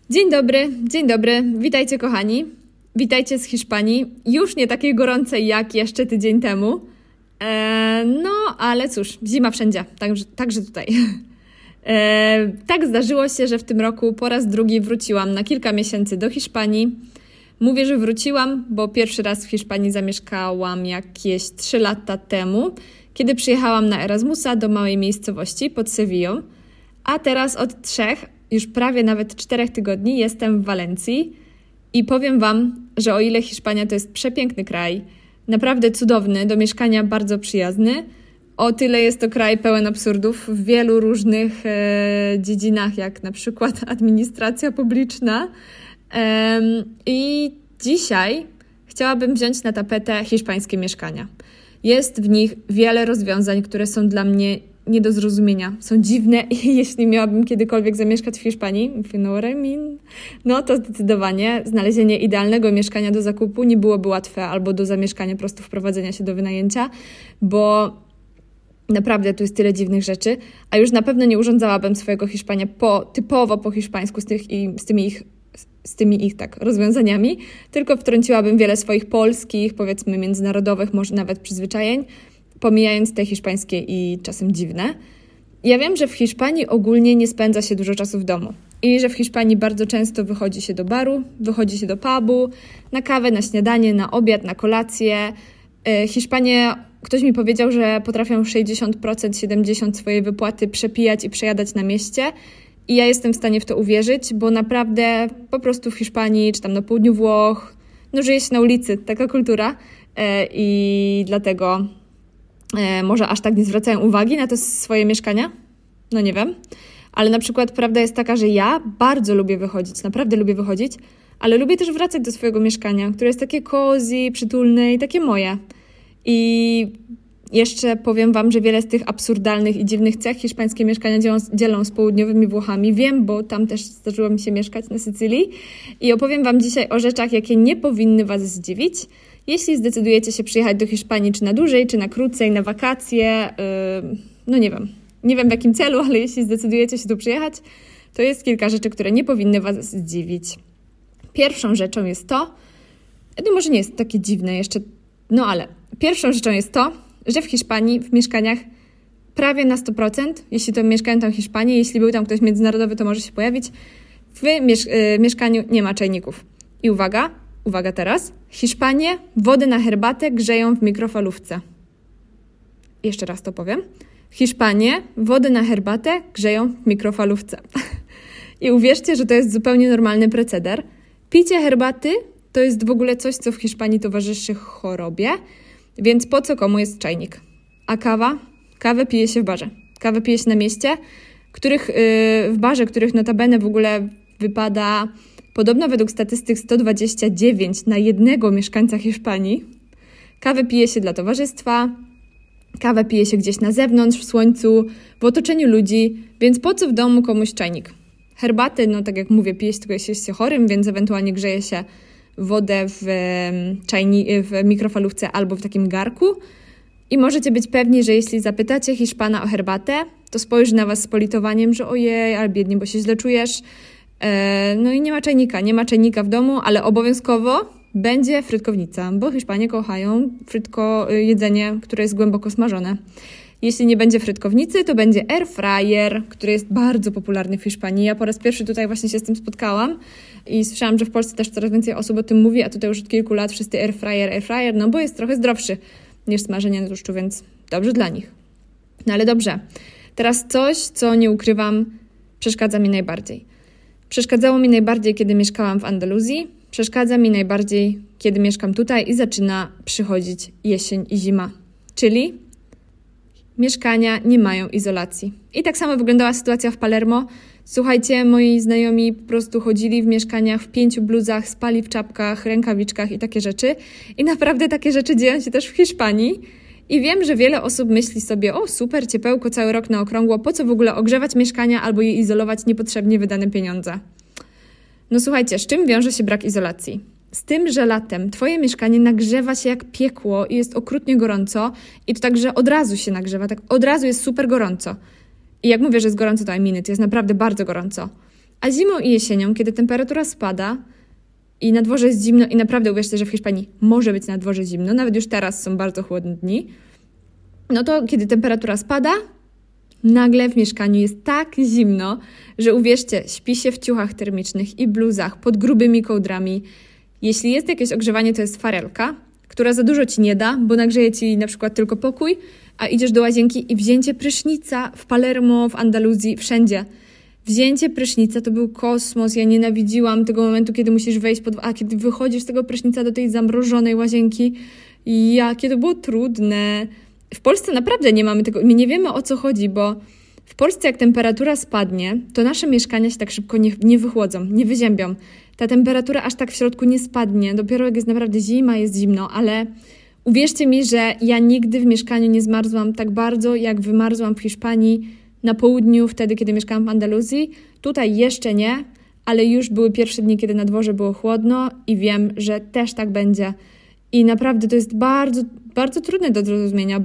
Dzień dobry, witajcie kochani, witajcie z Hiszpanii, już nie takiej gorącej jak jeszcze tydzień temu, no ale cóż, zima wszędzie, także tutaj. Tak zdarzyło się, że w tym roku po raz drugi wróciłam na kilka miesięcy do Hiszpanii. Mówię, że wróciłam, bo pierwszy raz w Hiszpanii zamieszkałam jakieś 3 lata temu, kiedy przyjechałam na Erasmusa do małej miejscowości pod Sewillą, a teraz od 3, już prawie nawet 4 tygodni jestem w Walencji i powiem Wam, że o ile Hiszpania to jest przepiękny kraj, naprawdę cudowny, do mieszkania bardzo przyjazny, o tyle jest to kraj pełen absurdów w wielu różnych dziedzinach, jak na przykład administracja publiczna. I dzisiaj chciałabym wziąć na tapetę hiszpańskie mieszkania. Jest w nich wiele rozwiązań, które są dla mnie nie do zrozumienia. Są dziwne i jeśli miałabym kiedykolwiek zamieszkać w Hiszpanii, if you know what I mean, no to zdecydowanie znalezienie idealnego mieszkania do zakupu nie byłoby łatwe albo do zamieszkania, po prostu wprowadzenia się do wynajęcia, bo naprawdę tu jest tyle dziwnych rzeczy, a już na pewno nie urządzałabym swojego Hiszpania typowo po hiszpańsku z tymi ich rozwiązaniami, tylko wtrąciłabym wiele swoich polskich, powiedzmy międzynarodowych, może nawet przyzwyczajeń, pomijając te hiszpańskie i czasem dziwne. Ja wiem, że w Hiszpanii ogólnie nie spędza się dużo czasu w domu i że w Hiszpanii bardzo często wychodzi się do baru, wychodzi się do pubu, na kawę, na śniadanie, na obiad, na kolację. Hiszpanie, ktoś mi powiedział, że potrafią 60%, 70% swojej wypłaty przepijać i przejadać na mieście i ja jestem w stanie w to uwierzyć, bo naprawdę po prostu w Hiszpanii, czy tam na południu Włoch, no żyje się na ulicy, taka kultura i dlatego może aż tak nie zwracają uwagi na te swoje mieszkania? No nie wiem. Ale na przykład prawda jest taka, że ja bardzo lubię wychodzić, naprawdę lubię wychodzić, ale lubię też wracać do swojego mieszkania, które jest takie cozy, przytulne i takie moje. I jeszcze powiem Wam, że wiele z tych absurdalnych i dziwnych cech hiszpańskie mieszkania dzielą z południowymi Włochami. Wiem, bo tam też zdarzyło mi się mieszkać na Sycylii i opowiem Wam dzisiaj o rzeczach, jakie nie powinny Was zdziwić. Jeśli zdecydujecie się przyjechać do Hiszpanii czy na dłużej, czy na krócej, na wakacje, no nie wiem. Nie wiem w jakim celu, ale jeśli zdecydujecie się tu przyjechać, to jest kilka rzeczy, które nie powinny Was zdziwić. Pierwszą rzeczą jest to, no może nie jest takie dziwne jeszcze, no ale pierwszą rzeczą jest to, że w Hiszpanii w mieszkaniach prawie na 100%, jeśli to mieszkają tam Hiszpanie, jeśli był tam ktoś międzynarodowy, to może się pojawić, w mieszkaniu nie ma czajników. I uwaga teraz, Hiszpanie wodę na herbatę grzeją w mikrofalówce. Jeszcze raz to powiem. Hiszpanie wodę na herbatę grzeją w mikrofalówce. I uwierzcie, że to jest zupełnie normalny proceder. Picie herbaty to jest w ogóle coś, co w Hiszpanii towarzyszy chorobie, więc po co komu jest czajnik? A kawa? Kawę pije się w barze. Kawę pije się na mieście, w barze, których notabene w ogóle wypada podobno według statystyk 129 na jednego mieszkańca Hiszpanii. Kawę pije się dla towarzystwa, kawę pije się gdzieś na zewnątrz, w słońcu, w otoczeniu ludzi, więc po co w domu komuś czajnik? Herbatę, no tak jak mówię, pije się tylko jeśli jest się chorym, więc ewentualnie grzeje się wodę w mikrofalówce albo w takim garku. I możecie być pewni, że jeśli zapytacie Hiszpana o herbatę, to spojrzy na Was z politowaniem, że ojej, ale biednie, bo się źle czujesz. No i nie ma czajnika w domu, ale obowiązkowo będzie frytkownica, bo Hiszpanie kochają jedzenie, które jest głęboko smażone. Jeśli nie będzie frytkownicy, to będzie air fryer, który jest bardzo popularny w Hiszpanii. Ja po raz pierwszy tutaj właśnie się z tym spotkałam i słyszałam, że w Polsce też coraz więcej osób o tym mówi, a tutaj już od kilku lat wszyscy air fryer, no bo jest trochę zdrowszy niż smażenie na tłuszczu, więc dobrze dla nich. No ale dobrze, teraz coś, co nie ukrywam, przeszkadza mi najbardziej. Przeszkadzało mi najbardziej, kiedy mieszkałam w Andaluzji, przeszkadza mi najbardziej, kiedy mieszkam tutaj i zaczyna przychodzić jesień i zima, czyli mieszkania nie mają izolacji. I tak samo wyglądała sytuacja w Palermo. Słuchajcie, moi znajomi po prostu chodzili w mieszkaniach w 5 bluzach, spali w czapkach, rękawiczkach i takie rzeczy. I naprawdę takie rzeczy dzieją się też w Hiszpanii. I wiem, że wiele osób myśli sobie, o super, ciepełko cały rok na okrągło, po co w ogóle ogrzewać mieszkania albo je izolować niepotrzebnie wydane pieniądze. No słuchajcie, z czym wiąże się brak izolacji? Z tym, że latem Twoje mieszkanie nagrzewa się jak piekło i jest okrutnie gorąco i to tak, że od razu się nagrzewa, tak od razu jest super gorąco. I jak mówię, że jest gorąco, to I mean it, jest naprawdę bardzo gorąco. A zimą i jesienią, kiedy temperatura spada i na dworze jest zimno i naprawdę uwierzcie, że w Hiszpanii może być na dworze zimno, nawet już teraz są bardzo chłodne dni, no to kiedy temperatura spada, nagle w mieszkaniu jest tak zimno, że uwierzcie, śpi się w ciuchach termicznych i bluzach, pod grubymi kołdrami. Jeśli jest jakieś ogrzewanie, to jest farelka, która za dużo ci nie da, bo nagrzeje ci na przykład tylko pokój, a idziesz do łazienki i wzięcie prysznica w Palermo, w Andaluzji, wszędzie. Wzięcie prysznica to był kosmos. Ja nienawidziłam tego momentu, kiedy musisz wejść a kiedy wychodzisz z tego prysznica do tej zamrożonej łazienki. Jakie to było trudne. W Polsce naprawdę nie mamy tego. My nie wiemy, o co chodzi, bo w Polsce jak temperatura spadnie, to nasze mieszkania się tak szybko nie wychłodzą, nie wyziębią. Ta temperatura aż tak w środku nie spadnie. Dopiero jak jest naprawdę zima, jest zimno, ale uwierzcie mi, że ja nigdy w mieszkaniu nie zmarzłam tak bardzo, jak wymarzłam w Hiszpanii na południu, wtedy, kiedy mieszkałam w Andaluzji. Tutaj jeszcze nie, ale już były pierwsze dni, kiedy na dworze było chłodno i wiem, że też tak będzie. I naprawdę to jest bardzo, bardzo trudne do zrozumienia,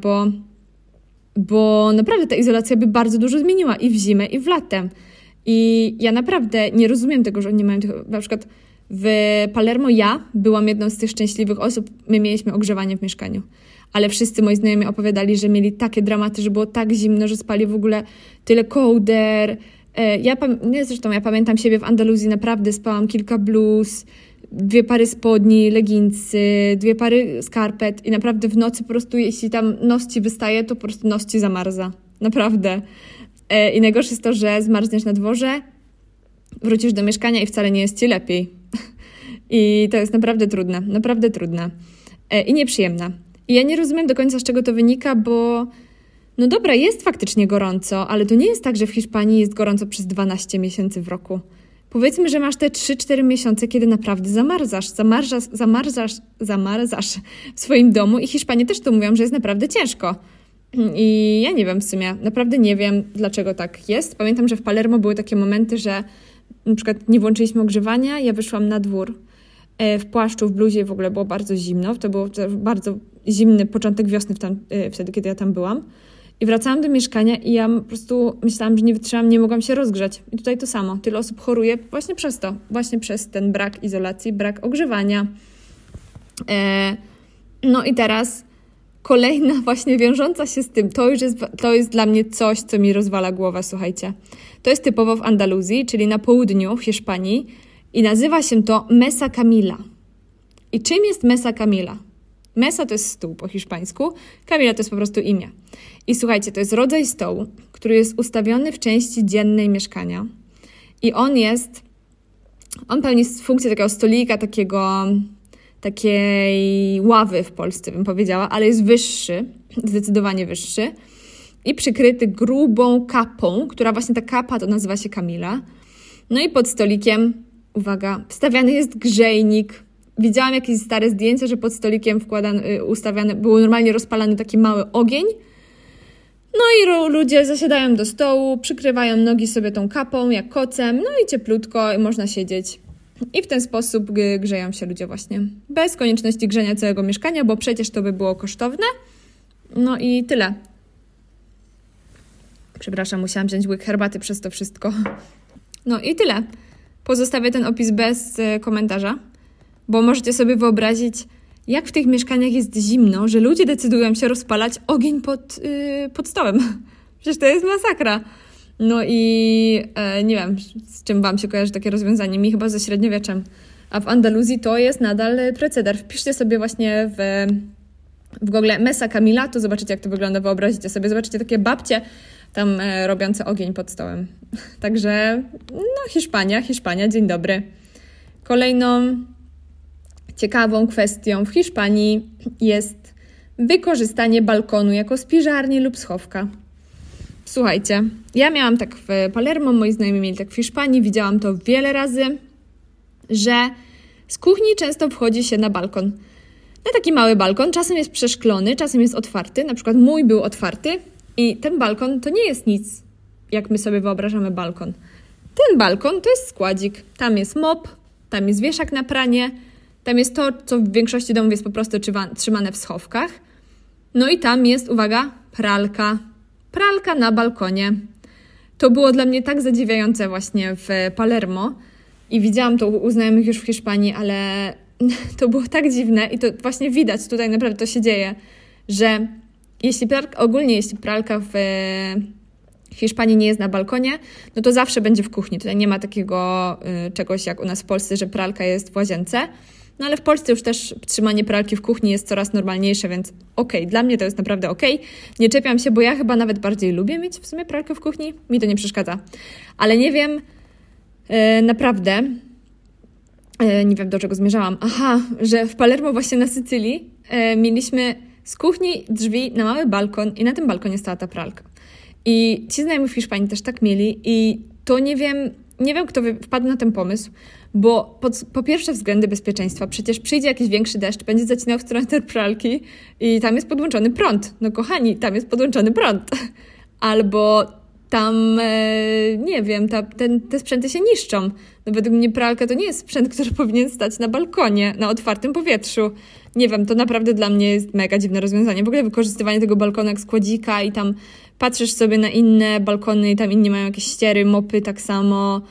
bo naprawdę ta izolacja by bardzo dużo zmieniła i w zimę, i w latem. I ja naprawdę nie rozumiem tego, że oni nie mają tych... Na przykład w Palermo ja byłam jedną z tych szczęśliwych osób, my mieliśmy ogrzewanie w mieszkaniu. Ale wszyscy moi znajomi opowiadali, że mieli takie dramaty, że było tak zimno, że spali w ogóle tyle kołder. Ja pamiętam siebie w Andaluzji, naprawdę spałam kilka bluz, 2 pary spodni, leginsy, 2 pary skarpet i naprawdę w nocy po prostu, jeśli tam nos ci wystaje, to po prostu nos ci zamarza. Naprawdę. I najgorsze jest to, że zmarzniesz na dworze, wrócisz do mieszkania i wcale nie jest ci lepiej. I to jest naprawdę trudne i nieprzyjemne. I ja nie rozumiem do końca, z czego to wynika, bo no dobra, jest faktycznie gorąco, ale to nie jest tak, że w Hiszpanii jest gorąco przez 12 miesięcy w roku. Powiedzmy, że masz te 3-4 miesiące, kiedy naprawdę zamarzasz w swoim domu i Hiszpanie też to mówią, że jest naprawdę ciężko. I ja nie wiem w sumie, naprawdę nie wiem, dlaczego tak jest. Pamiętam, że w Palermo były takie momenty, że na przykład nie włączyliśmy ogrzewania, ja wyszłam na dwór w płaszczu, w bluzie, w ogóle było bardzo zimno. To był bardzo zimny początek wiosny wtedy, kiedy ja tam byłam. I wracałam do mieszkania i ja po prostu myślałam, że nie wytrzymam, nie mogłam się rozgrzać. I tutaj to samo. Tyle osób choruje właśnie przez to. Właśnie przez ten brak izolacji, brak ogrzewania. No i teraz kolejna właśnie wiążąca się z tym, to jest dla mnie coś, co mi rozwala głowę, słuchajcie. To jest typowo w Andaluzji, czyli na południu Hiszpanii i nazywa się to Mesa Camila. I czym jest Mesa Camila? Mesa to jest stół po hiszpańsku, Camila to jest po prostu imię. I słuchajcie, to jest rodzaj stołu, który jest ustawiony w części dziennej mieszkania. I on pełni funkcję takiego stolika, takiej ławy w Polsce, bym powiedziała, ale jest wyższy, zdecydowanie wyższy i przykryty grubą kapą, która właśnie ta kapa to nazywa się Camila. No i pod stolikiem, uwaga, wstawiany jest grzejnik. Widziałam jakieś stare zdjęcia, że pod stolikiem ustawiany, był normalnie rozpalany taki mały ogień. No i ludzie zasiadają do stołu, przykrywają nogi sobie tą kapą jak kocem, no i cieplutko i można siedzieć. I w ten sposób grzeją się ludzie właśnie. Bez konieczności grzenia całego mieszkania, bo przecież to by było kosztowne. No i tyle. Przepraszam, musiałam wziąć łyk herbaty przez to wszystko. No i tyle. Pozostawię ten opis bez komentarza, bo możecie sobie wyobrazić, jak w tych mieszkaniach jest zimno, że ludzie decydują się rozpalać ogień pod stołem. Przecież to jest masakra. No i nie wiem, z czym wam się kojarzy takie rozwiązanie. Mi chyba ze średniowieczem. A w Andaluzji to jest nadal proceder. Wpiszcie sobie właśnie w Google Mesa Camila, to zobaczycie, jak to wygląda. Wyobrazicie sobie, zobaczycie takie babcie tam robiące ogień pod stołem. Także, no Hiszpania, dzień dobry. Kolejną ciekawą kwestią w Hiszpanii jest wykorzystanie balkonu jako spiżarni lub schowka. Słuchajcie, ja miałam tak w Palermo, moi znajomi mieli tak w Hiszpanii, widziałam to wiele razy, że z kuchni często wchodzi się na balkon. Na taki mały balkon, czasem jest przeszklony, czasem jest otwarty, na przykład mój był otwarty i ten balkon to nie jest nic, jak my sobie wyobrażamy balkon. Ten balkon to jest składzik, tam jest mop, tam jest wieszak na pranie, tam jest to, co w większości domów jest po prostu trzymane w schowkach. No i tam jest, uwaga, pralka. Pralka na balkonie. to było dla mnie tak zadziwiające właśnie w Palermo i widziałam to u znajomych już w Hiszpanii, ale to było tak dziwne i to właśnie widać, tutaj naprawdę to się dzieje, że jeśli pralka w Hiszpanii nie jest na balkonie, no to zawsze będzie w kuchni. Tutaj nie ma takiego czegoś jak u nas w Polsce, że pralka jest w łazience. No ale w Polsce już też trzymanie pralki w kuchni jest coraz normalniejsze, więc okej, dla mnie to jest naprawdę okej. Nie czepiam się, bo ja chyba nawet bardziej lubię mieć w sumie pralkę w kuchni. Mi to nie przeszkadza. Ale nie wiem, naprawdę, nie wiem do czego zmierzałam. Aha, że w Palermo właśnie na Sycylii mieliśmy z kuchni drzwi na mały balkon i na tym balkonie stała ta pralka. I ci znajomi w Hiszpanii też tak mieli i to nie wiem kto wpadł na ten pomysł, bo po pierwsze względy bezpieczeństwa, przecież przyjdzie jakiś większy deszcz, będzie zacinał w stronę tej pralki i tam jest podłączony prąd. No kochani, tam jest podłączony prąd. Albo tam, nie wiem, te sprzęty się niszczą. No według mnie pralka to nie jest sprzęt, który powinien stać na balkonie, na otwartym powietrzu. Nie wiem, to naprawdę dla mnie jest mega dziwne rozwiązanie. W ogóle wykorzystywanie tego balkonu jak składzika i tam patrzysz sobie na inne balkony i tam inni mają jakieś ściery, mopy tak samo.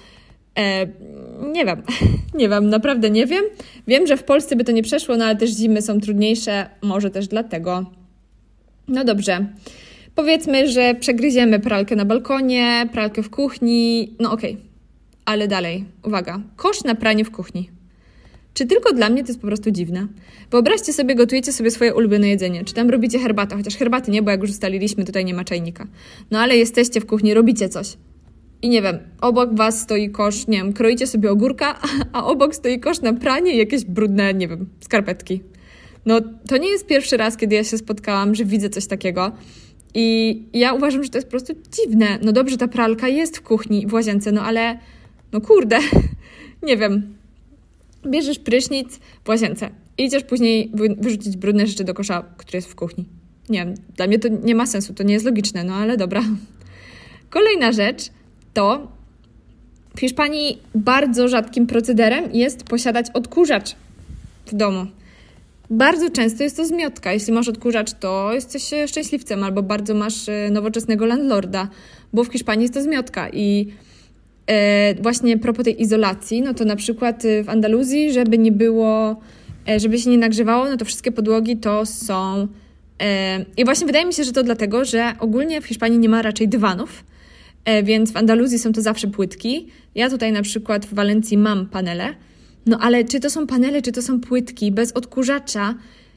Nie wiem, naprawdę nie wiem. Wiem, że w Polsce by to nie przeszło, no ale też zimy są trudniejsze, może też dlatego. No dobrze. Powiedzmy, że przegryziemy pralkę na balkonie, pralkę w kuchni, no okej. Ale dalej, uwaga, kosz na pranie w kuchni. Czy tylko dla mnie to jest po prostu dziwne? Wyobraźcie sobie, gotujecie sobie swoje ulubione jedzenie, czy tam robicie herbatę, chociaż herbaty nie, bo jak już ustaliliśmy, tutaj nie ma czajnika. No ale jesteście w kuchni, robicie coś. I nie wiem, obok was stoi kosz, nie wiem, kroicie sobie ogórka, a obok stoi kosz na pranie i jakieś brudne, nie wiem, skarpetki. No to nie jest pierwszy raz, kiedy ja się spotkałam, że widzę coś takiego. I ja uważam, że to jest po prostu dziwne. No dobrze, ta pralka jest w kuchni, w łazience, no ale, no kurde, nie wiem. Bierzesz prysznic w łazience i idziesz później wyrzucić brudne rzeczy do kosza, który jest w kuchni. Nie wiem, dla mnie to nie ma sensu, to nie jest logiczne, no ale dobra. Kolejna rzecz to w Hiszpanii bardzo rzadkim procederem jest posiadać odkurzacz w domu. Bardzo często jest to zmiotka. Jeśli masz odkurzacz, to jesteś szczęśliwcem albo bardzo masz nowoczesnego landlorda, bo w Hiszpanii jest to zmiotka i właśnie propos tej izolacji, no to na przykład w Andaluzji, żeby nie było, żeby się nie nagrzewało, no to wszystkie podłogi to są i właśnie wydaje mi się, że to dlatego, że ogólnie w Hiszpanii nie ma raczej dywanów, więc w Andaluzji są to zawsze płytki. Ja tutaj na przykład w Walencji mam panele, no ale czy to są panele, czy to są płytki, bez odkurzacza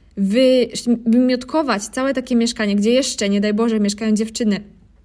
wymiotkować całe takie mieszkanie, gdzie jeszcze, nie daj Boże, mieszkają dziewczyny,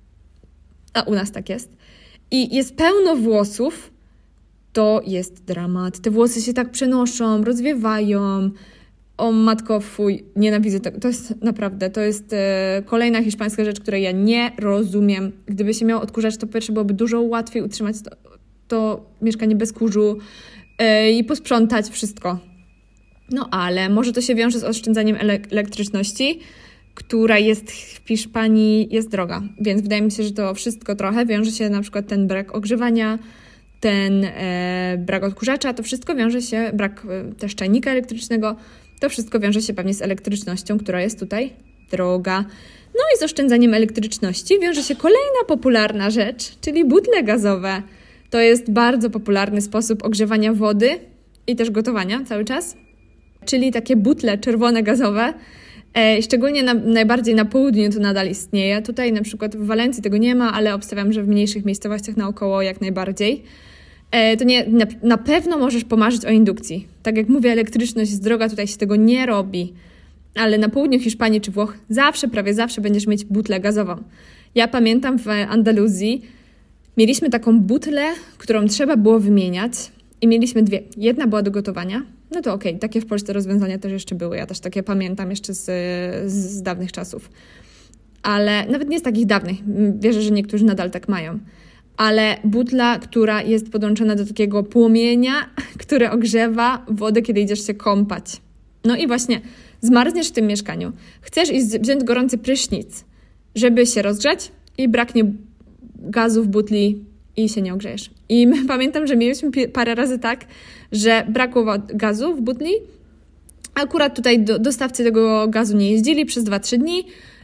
a u nas tak jest, i jest pełno włosów, to jest dramat. Te włosy się tak przenoszą, rozwiewają. O matko, fuj, nienawidzę tego. To jest naprawdę, to jest kolejna hiszpańska rzecz, której ja nie rozumiem. Gdyby się miało odkurzać, to pierwsze byłoby dużo łatwiej utrzymać to mieszkanie bez kurzu i posprzątać wszystko. No ale może to się wiąże z oszczędzaniem elektryczności, która jest w Hiszpanii, jest droga. Więc wydaje mi się, że to wszystko trochę wiąże się, na przykład ten brak ogrzewania, ten brak odkurzacza, to wszystko wiąże się, brak też czajnika elektrycznego, to wszystko wiąże się pewnie z elektrycznością, która jest tutaj droga. No i z oszczędzaniem elektryczności wiąże się kolejna popularna rzecz, czyli butle gazowe. To jest bardzo popularny sposób ogrzewania wody i też gotowania cały czas, czyli takie butle czerwone gazowe. Szczególnie najbardziej na południu to nadal istnieje. Tutaj na przykład w Walencji tego nie ma, ale obstawiam, że w mniejszych miejscowościach naokoło jak najbardziej. To nie, na pewno możesz pomarzyć o indukcji. Tak jak mówię, elektryczność jest droga, tutaj się tego nie robi. Ale na południu Hiszpanii czy Włoch prawie zawsze będziesz mieć butlę gazową. Ja pamiętam w Andaluzji mieliśmy taką butlę, którą trzeba było wymieniać i mieliśmy dwie. Jedna była do gotowania. No to okej, takie w Polsce rozwiązania też jeszcze były. Ja też takie pamiętam jeszcze z dawnych czasów. Ale nawet nie z takich dawnych. Wierzę, że niektórzy nadal tak mają. Ale butla, która jest podłączona do takiego płomienia, które ogrzewa wodę, kiedy idziesz się kąpać. No i właśnie zmarzniesz w tym mieszkaniu. Chcesz wziąć gorący prysznic, żeby się rozgrzać i braknie gazu w butli i się nie ogrzejesz. I pamiętam, że mieliśmy parę razy tak, że brakło gazu w butli. Akurat tutaj dostawcy tego gazu nie jeździli przez 2-3 dni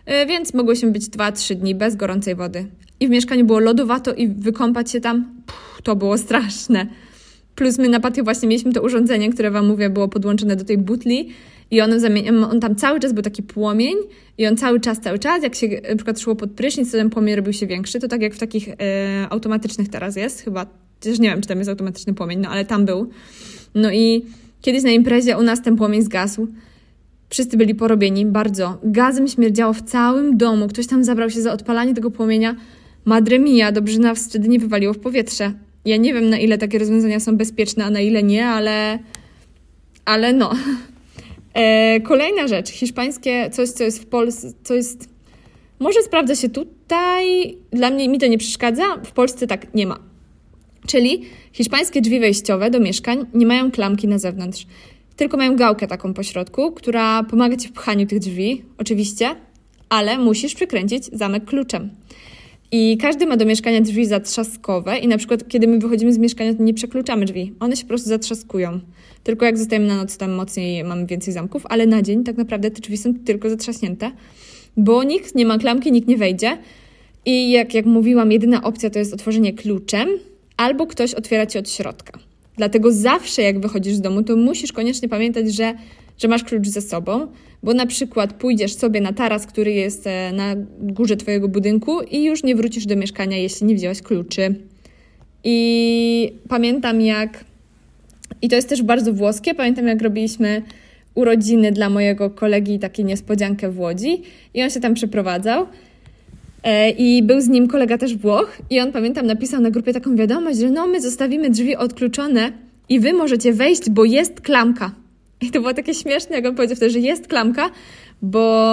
więc mogłyśmy być 2-3 dni bez gorącej wody. I w mieszkaniu było lodowato i wykąpać się tam, to było straszne. Plus my na patio właśnie mieliśmy to urządzenie, które wam mówię, było podłączone do tej butli i on tam cały czas był taki płomień i on cały czas, jak się na przykład szło pod prysznic, to ten płomień robił się większy. To tak jak w takich automatycznych teraz jest, chyba, też nie wiem, czy tam jest automatyczny płomień, no ale tam był. No i kiedyś na imprezie u nas ten płomień zgasł. Wszyscy byli porobieni bardzo. Gazem śmierdziało w całym domu. Ktoś tam zabrał się za odpalanie tego płomienia. Madre mia, dobrze nas wtedy nie wywaliło w powietrze. Ja nie wiem, na ile takie rozwiązania są bezpieczne, a na ile nie, ale no. Kolejna rzecz. Hiszpańskie, coś, co jest w Polsce, może sprawdza się tutaj, mi to nie przeszkadza, w Polsce tak nie ma. Czyli hiszpańskie drzwi wejściowe do mieszkań nie mają klamki na zewnątrz, tylko mają gałkę taką po środku, która pomaga ci w pchaniu tych drzwi, oczywiście, ale musisz przykręcić zamek kluczem. I każdy ma do mieszkania drzwi zatrzaskowe i na przykład kiedy my wychodzimy z mieszkania, to nie przekluczamy drzwi. One się po prostu zatrzaskują. Tylko jak zostajemy na noc, tam mocniej mamy więcej zamków, ale na dzień tak naprawdę te drzwi są tylko zatrzaśnięte, bo nikt nie ma klamki, nikt nie wejdzie. I jak mówiłam, jedyna opcja to jest otworzenie kluczem albo ktoś otwiera ci od środka. Dlatego zawsze jak wychodzisz z domu, to musisz koniecznie pamiętać, że masz klucz ze sobą, bo na przykład pójdziesz sobie na taras, który jest na górze twojego budynku i już nie wrócisz do mieszkania, jeśli nie wziąłeś kluczy. I pamiętam i to jest też bardzo włoskie, pamiętam jak robiliśmy urodziny dla mojego kolegi, taką niespodziankę w Łodzi i on się tam przeprowadzał i był z nim kolega też Włoch i on, pamiętam, napisał na grupie taką wiadomość, że my zostawimy drzwi odkluczone i wy możecie wejść, bo jest klamka. I to było takie śmieszne, jak on powiedział wtedy, że jest klamka, bo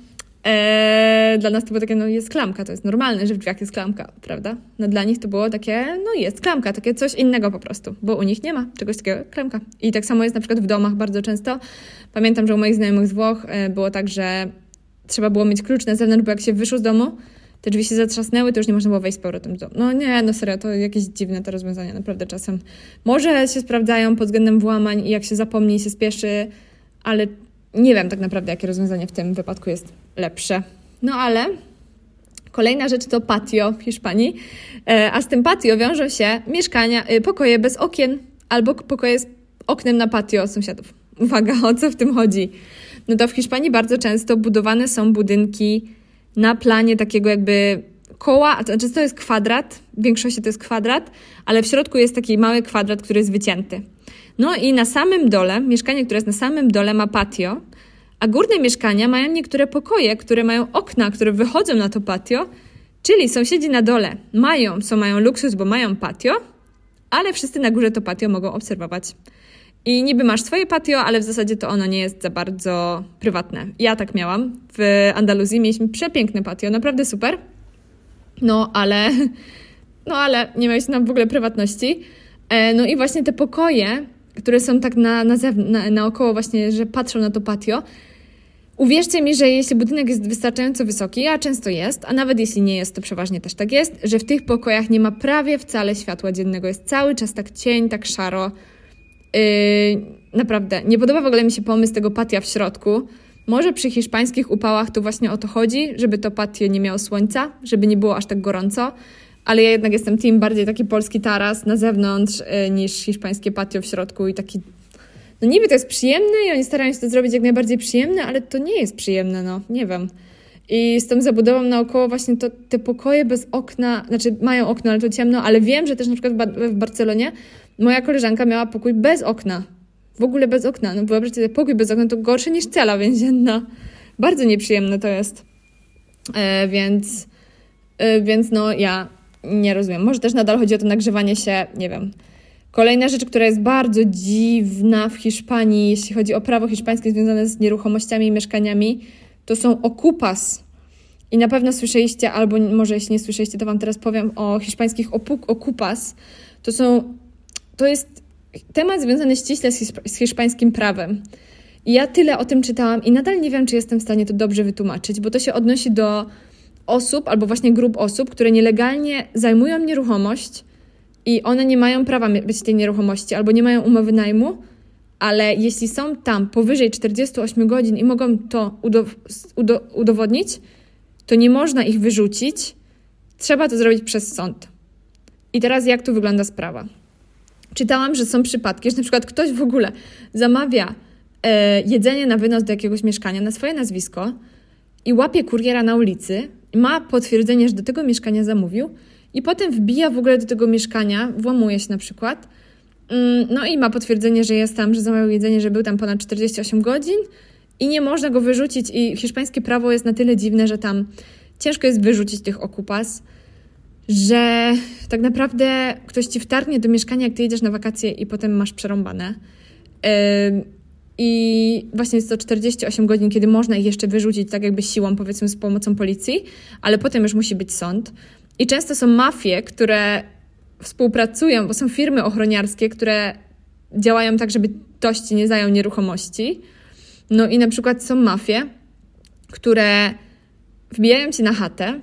dla nas to było takie, jest klamka, to jest normalne, że w drzwiach jest klamka, prawda? No dla nich to było takie, jest klamka, takie coś innego po prostu, bo u nich nie ma czegoś takiego, klamka. I tak samo jest na przykład w domach bardzo często. Pamiętam, że u moich znajomych z Włoch było tak, że trzeba było mieć klucz na zewnątrz, bo jak się wyszło z domu, te drzwi się zatrzasnęły, to już nie można było wejść z powrotem do domu. Serio, to jakieś dziwne te rozwiązania, naprawdę czasem. Może się sprawdzają pod względem włamań i jak się zapomni i się spieszy, ale nie wiem tak naprawdę, jakie rozwiązanie w tym wypadku jest lepsze. Ale kolejna rzecz to patio w Hiszpanii, a z tym patio wiążą się pokoje bez okien albo pokoje z oknem na patio sąsiadów. Uwaga, o co w tym chodzi? To w Hiszpanii bardzo często budowane są budynki na planie takiego jakby koła, a to jest kwadrat, w większości to jest kwadrat, ale w środku jest taki mały kwadrat, który jest wycięty. I na samym dole, mieszkanie, które jest na samym dole, ma patio, a górne mieszkania mają niektóre pokoje, które mają okna, które wychodzą na to patio, czyli sąsiedzi na dole mają luksus, bo mają patio, ale wszyscy na górze to patio mogą obserwować. I niby masz swoje patio, ale w zasadzie to ono nie jest za bardzo prywatne. Ja tak miałam. W Andaluzji mieliśmy przepiękne patio, naprawdę super. Ale nie mieliśmy tam w ogóle prywatności. I właśnie te pokoje, które są tak naokoło właśnie, że patrzą na to patio. Uwierzcie mi, że jeśli budynek jest wystarczająco wysoki, a często jest, a nawet jeśli nie jest, to przeważnie też tak jest, że w tych pokojach nie ma prawie wcale światła dziennego. Jest cały czas tak cień, tak szaro. Naprawdę, nie podoba w ogóle mi się pomysł tego patia w środku. Może przy hiszpańskich upałach to właśnie o to chodzi, żeby to patio nie miało słońca, żeby nie było aż tak gorąco, ale ja jednak jestem team bardziej taki polski taras na zewnątrz niż hiszpańskie patio w środku i taki, niby to jest przyjemne i oni starają się to zrobić jak najbardziej przyjemne, ale to nie jest przyjemne, nie wiem. I z tą zabudową naokoło właśnie te pokoje bez okna, mają okno, ale to ciemno, ale wiem, że też na przykład w Barcelonie moja koleżanka miała pokój bez okna. W ogóle bez okna. Wyobraźcie sobie, pokój bez okna to gorsze niż cela więzienna. Bardzo nieprzyjemne to jest. Więc ja nie rozumiem. Może też nadal chodzi o to nagrzewanie się, nie wiem. Kolejna rzecz, która jest bardzo dziwna w Hiszpanii, jeśli chodzi o prawo hiszpańskie związane z nieruchomościami i mieszkaniami, to są okupas. I na pewno słyszeliście, albo może jeśli nie słyszeliście, to wam teraz powiem o hiszpańskich okupas. To jest temat związany ściśle z hiszpańskim prawem. I ja tyle o tym czytałam i nadal nie wiem, czy jestem w stanie to dobrze wytłumaczyć, bo to się odnosi do osób, albo właśnie grup osób, które nielegalnie zajmują nieruchomość i one nie mają prawa być w tej nieruchomości, albo nie mają umowy najmu, ale jeśli są tam powyżej 48 godzin i mogą to udowodnić, to nie można ich wyrzucić, trzeba to zrobić przez sąd. I teraz jak tu wygląda sprawa? Czytałam, że są przypadki, że na przykład ktoś w ogóle zamawia jedzenie na wynos do jakiegoś mieszkania na swoje nazwisko i łapie kuriera na ulicy, ma potwierdzenie, że do tego mieszkania zamówił i potem wbija w ogóle do tego mieszkania, włamuje się na przykład, no i ma potwierdzenie, że jest tam, że zamawiał jedzenie, że był tam ponad 48 godzin i nie można go wyrzucić i hiszpańskie prawo jest na tyle dziwne, że tam ciężko jest wyrzucić tych okupas, że tak naprawdę ktoś ci wtargnie do mieszkania, jak ty jedziesz na wakacje i potem masz przerąbane. I właśnie jest to 48 godzin, kiedy można ich jeszcze wyrzucić tak jakby siłą, powiedzmy z pomocą policji, ale potem już musi być sąd. I często są mafie, które współpracują, bo są firmy ochroniarskie, które działają tak, żeby ktoś ci nie zajął nieruchomości. No i na przykład są mafie, które wbijają ci na chatę,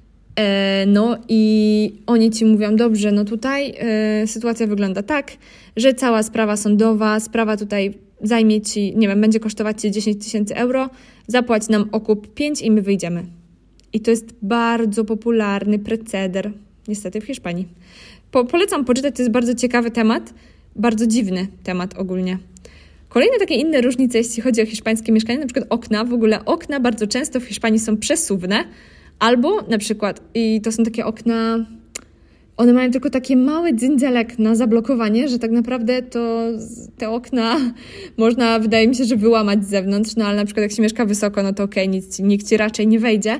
no i oni ci mówią, dobrze, no tutaj sytuacja wygląda tak, że cała sprawa sądowa, sprawa tutaj zajmie ci, nie wiem, będzie kosztować ci 10 000 euro, zapłać nam okup 5 i my wyjdziemy. I to jest bardzo popularny proceder, niestety w Hiszpanii. Polecam poczytać, to jest bardzo ciekawy temat, bardzo dziwny temat ogólnie. Kolejne takie inne różnice, jeśli chodzi o hiszpańskie mieszkania, na przykład okna. W ogóle okna bardzo często w Hiszpanii są przesuwne, albo na przykład, i to są takie okna, one mają tylko takie małe dzyndzelek na zablokowanie, że tak naprawdę to te okna można, wydaje mi się, że wyłamać z zewnątrz, no ale na przykład jak się mieszka wysoko, no to okej, nikt ci raczej nie wejdzie,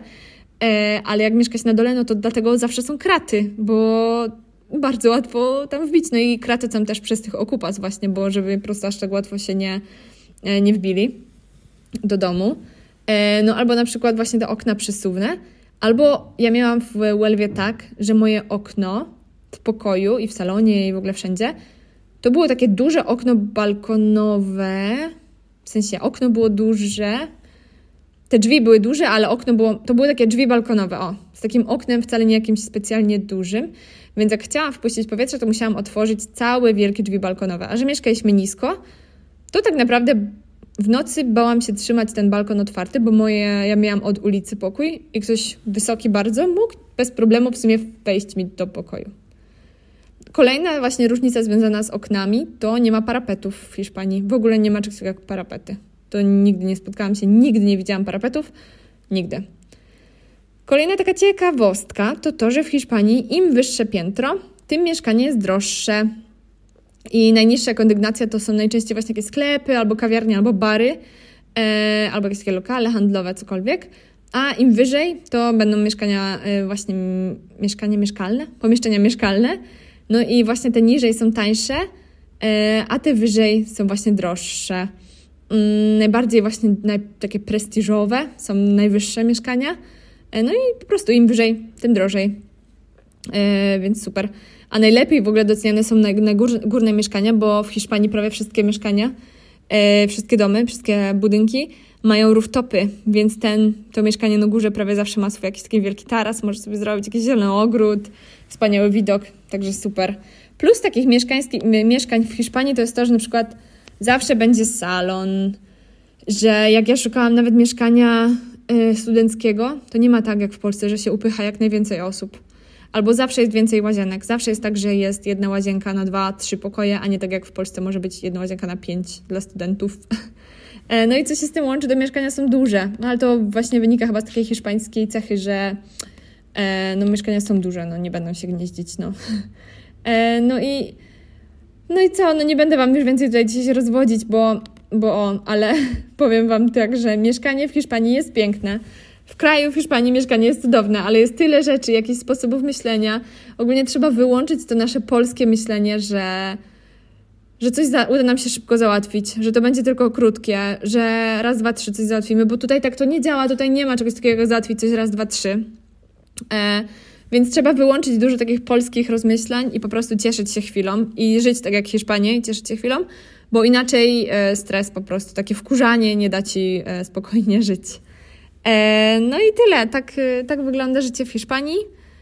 ale jak mieszkać na dole, no to dlatego zawsze są kraty, bo bardzo łatwo tam wbić. No i kraty są też przez tych okupas właśnie, bo żeby po prostu aż tak łatwo się nie wbili do domu. No albo na przykład właśnie te okna przesuwne. Albo ja miałam w Huelvie tak, że moje okno w pokoju i w salonie i w ogóle wszędzie, to było takie duże okno balkonowe. W sensie okno było duże, te drzwi były duże, ale to były takie drzwi balkonowe, z takim oknem wcale nie jakimś specjalnie dużym. Więc jak chciałam wpuścić powietrze, to musiałam otworzyć całe wielkie drzwi balkonowe. A że mieszkaliśmy nisko, to tak naprawdę w nocy bałam się trzymać ten balkon otwarty, bo ja miałam od ulicy pokój i ktoś wysoki bardzo mógł bez problemu w sumie wejść mi do pokoju. Kolejna właśnie różnica związana z oknami to nie ma parapetów w Hiszpanii. W ogóle nie ma czegoś jak parapety. To nigdy nie spotkałam się, nigdy nie widziałam parapetów. Nigdy. Kolejna taka ciekawostka to to, że w Hiszpanii im wyższe piętro, tym mieszkanie jest droższe. I najniższa kondygnacja to są najczęściej właśnie takie sklepy, albo kawiarnie, albo bary, albo jakieś takie lokale handlowe, cokolwiek. A im wyżej to będą mieszkania właśnie pomieszczenia mieszkalne. No i właśnie te niżej są tańsze, a te wyżej są właśnie droższe. Najbardziej właśnie takie prestiżowe są najwyższe mieszkania. No i po prostu im wyżej, tym drożej. Więc super. A najlepiej w ogóle doceniane są górne mieszkania, bo w Hiszpanii prawie wszystkie mieszkania, wszystkie domy, wszystkie budynki mają rooftopy, więc to mieszkanie na górze prawie zawsze ma swój jakiś taki wielki taras, możesz sobie zrobić jakiś zielony ogród, wspaniały widok, także super. Plus takich mieszkań w Hiszpanii to jest to, że na przykład zawsze będzie salon, że jak ja szukałam nawet mieszkania studenckiego, to nie ma tak jak w Polsce, że się upycha jak najwięcej osób. Albo zawsze jest więcej łazienek. Zawsze jest tak, że jest jedna łazienka na 2-3 pokoje, a nie tak jak w Polsce może być jedna łazienka na 5 dla studentów. No i co się z tym łączy, to mieszkania są duże. No ale to właśnie wynika chyba z takiej hiszpańskiej cechy, że mieszkania są duże, nie będą się gnieździć, No i co, nie będę wam już więcej tutaj dzisiaj się rozwodzić, ale powiem wam tak, że mieszkanie w Hiszpanii jest piękne. W kraju, w Hiszpanii mieszkanie jest cudowne, ale jest tyle rzeczy, jakichś sposobów myślenia. Ogólnie trzeba wyłączyć to nasze polskie myślenie, że coś uda nam się szybko załatwić, że to będzie tylko krótkie, że raz, dwa, trzy coś załatwimy, bo tutaj tak to nie działa, tutaj nie ma czegoś takiego jak załatwić coś raz, dwa, trzy. Więc trzeba wyłączyć dużo takich polskich rozmyślań i po prostu cieszyć się chwilą i żyć tak jak Hiszpanie i cieszyć się chwilą, bo inaczej stres po prostu, takie wkurzanie nie da ci spokojnie żyć. No i tyle. Tak wygląda życie w Hiszpanii.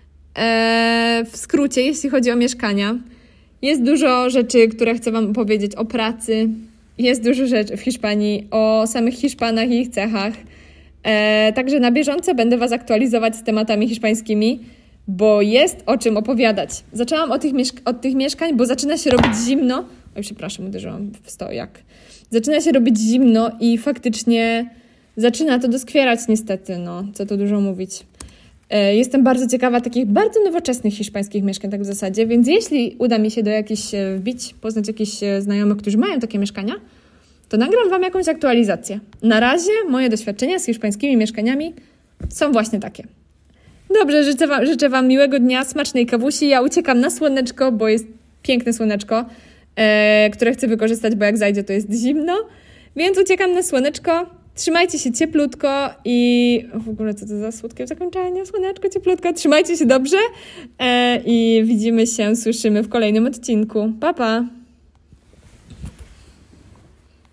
W skrócie, jeśli chodzi o mieszkania. Jest dużo rzeczy, które chcę wam opowiedzieć o pracy. Jest dużo rzeczy w Hiszpanii, o samych Hiszpanach i ich cechach. Także na bieżąco będę Was aktualizować z tematami hiszpańskimi, bo jest o czym opowiadać. Zaczęłam od tych mieszkań, bo zaczyna się robić zimno. Oj, przepraszam, uderzyłam w stojak. Zaczyna się robić zimno i faktycznie zaczyna to doskwierać niestety, no, co tu dużo mówić. Jestem bardzo ciekawa takich bardzo nowoczesnych hiszpańskich mieszkań, tak w zasadzie, więc jeśli uda mi się do jakichś wbić, poznać jakichś znajomych, którzy mają takie mieszkania, to nagram Wam jakąś aktualizację. Na razie moje doświadczenia z hiszpańskimi mieszkaniami są właśnie takie. Dobrze, życzę Wam miłego dnia, smacznej kawusi. Ja uciekam na słoneczko, bo jest piękne słoneczko, które chcę wykorzystać, bo jak zajdzie, to jest zimno. Więc uciekam na słoneczko. Trzymajcie się cieplutko i w ogóle co to za słodkie zakończenie, słoneczko, cieplutko. Trzymajcie się dobrze i widzimy się, słyszymy w kolejnym odcinku. Pa, pa!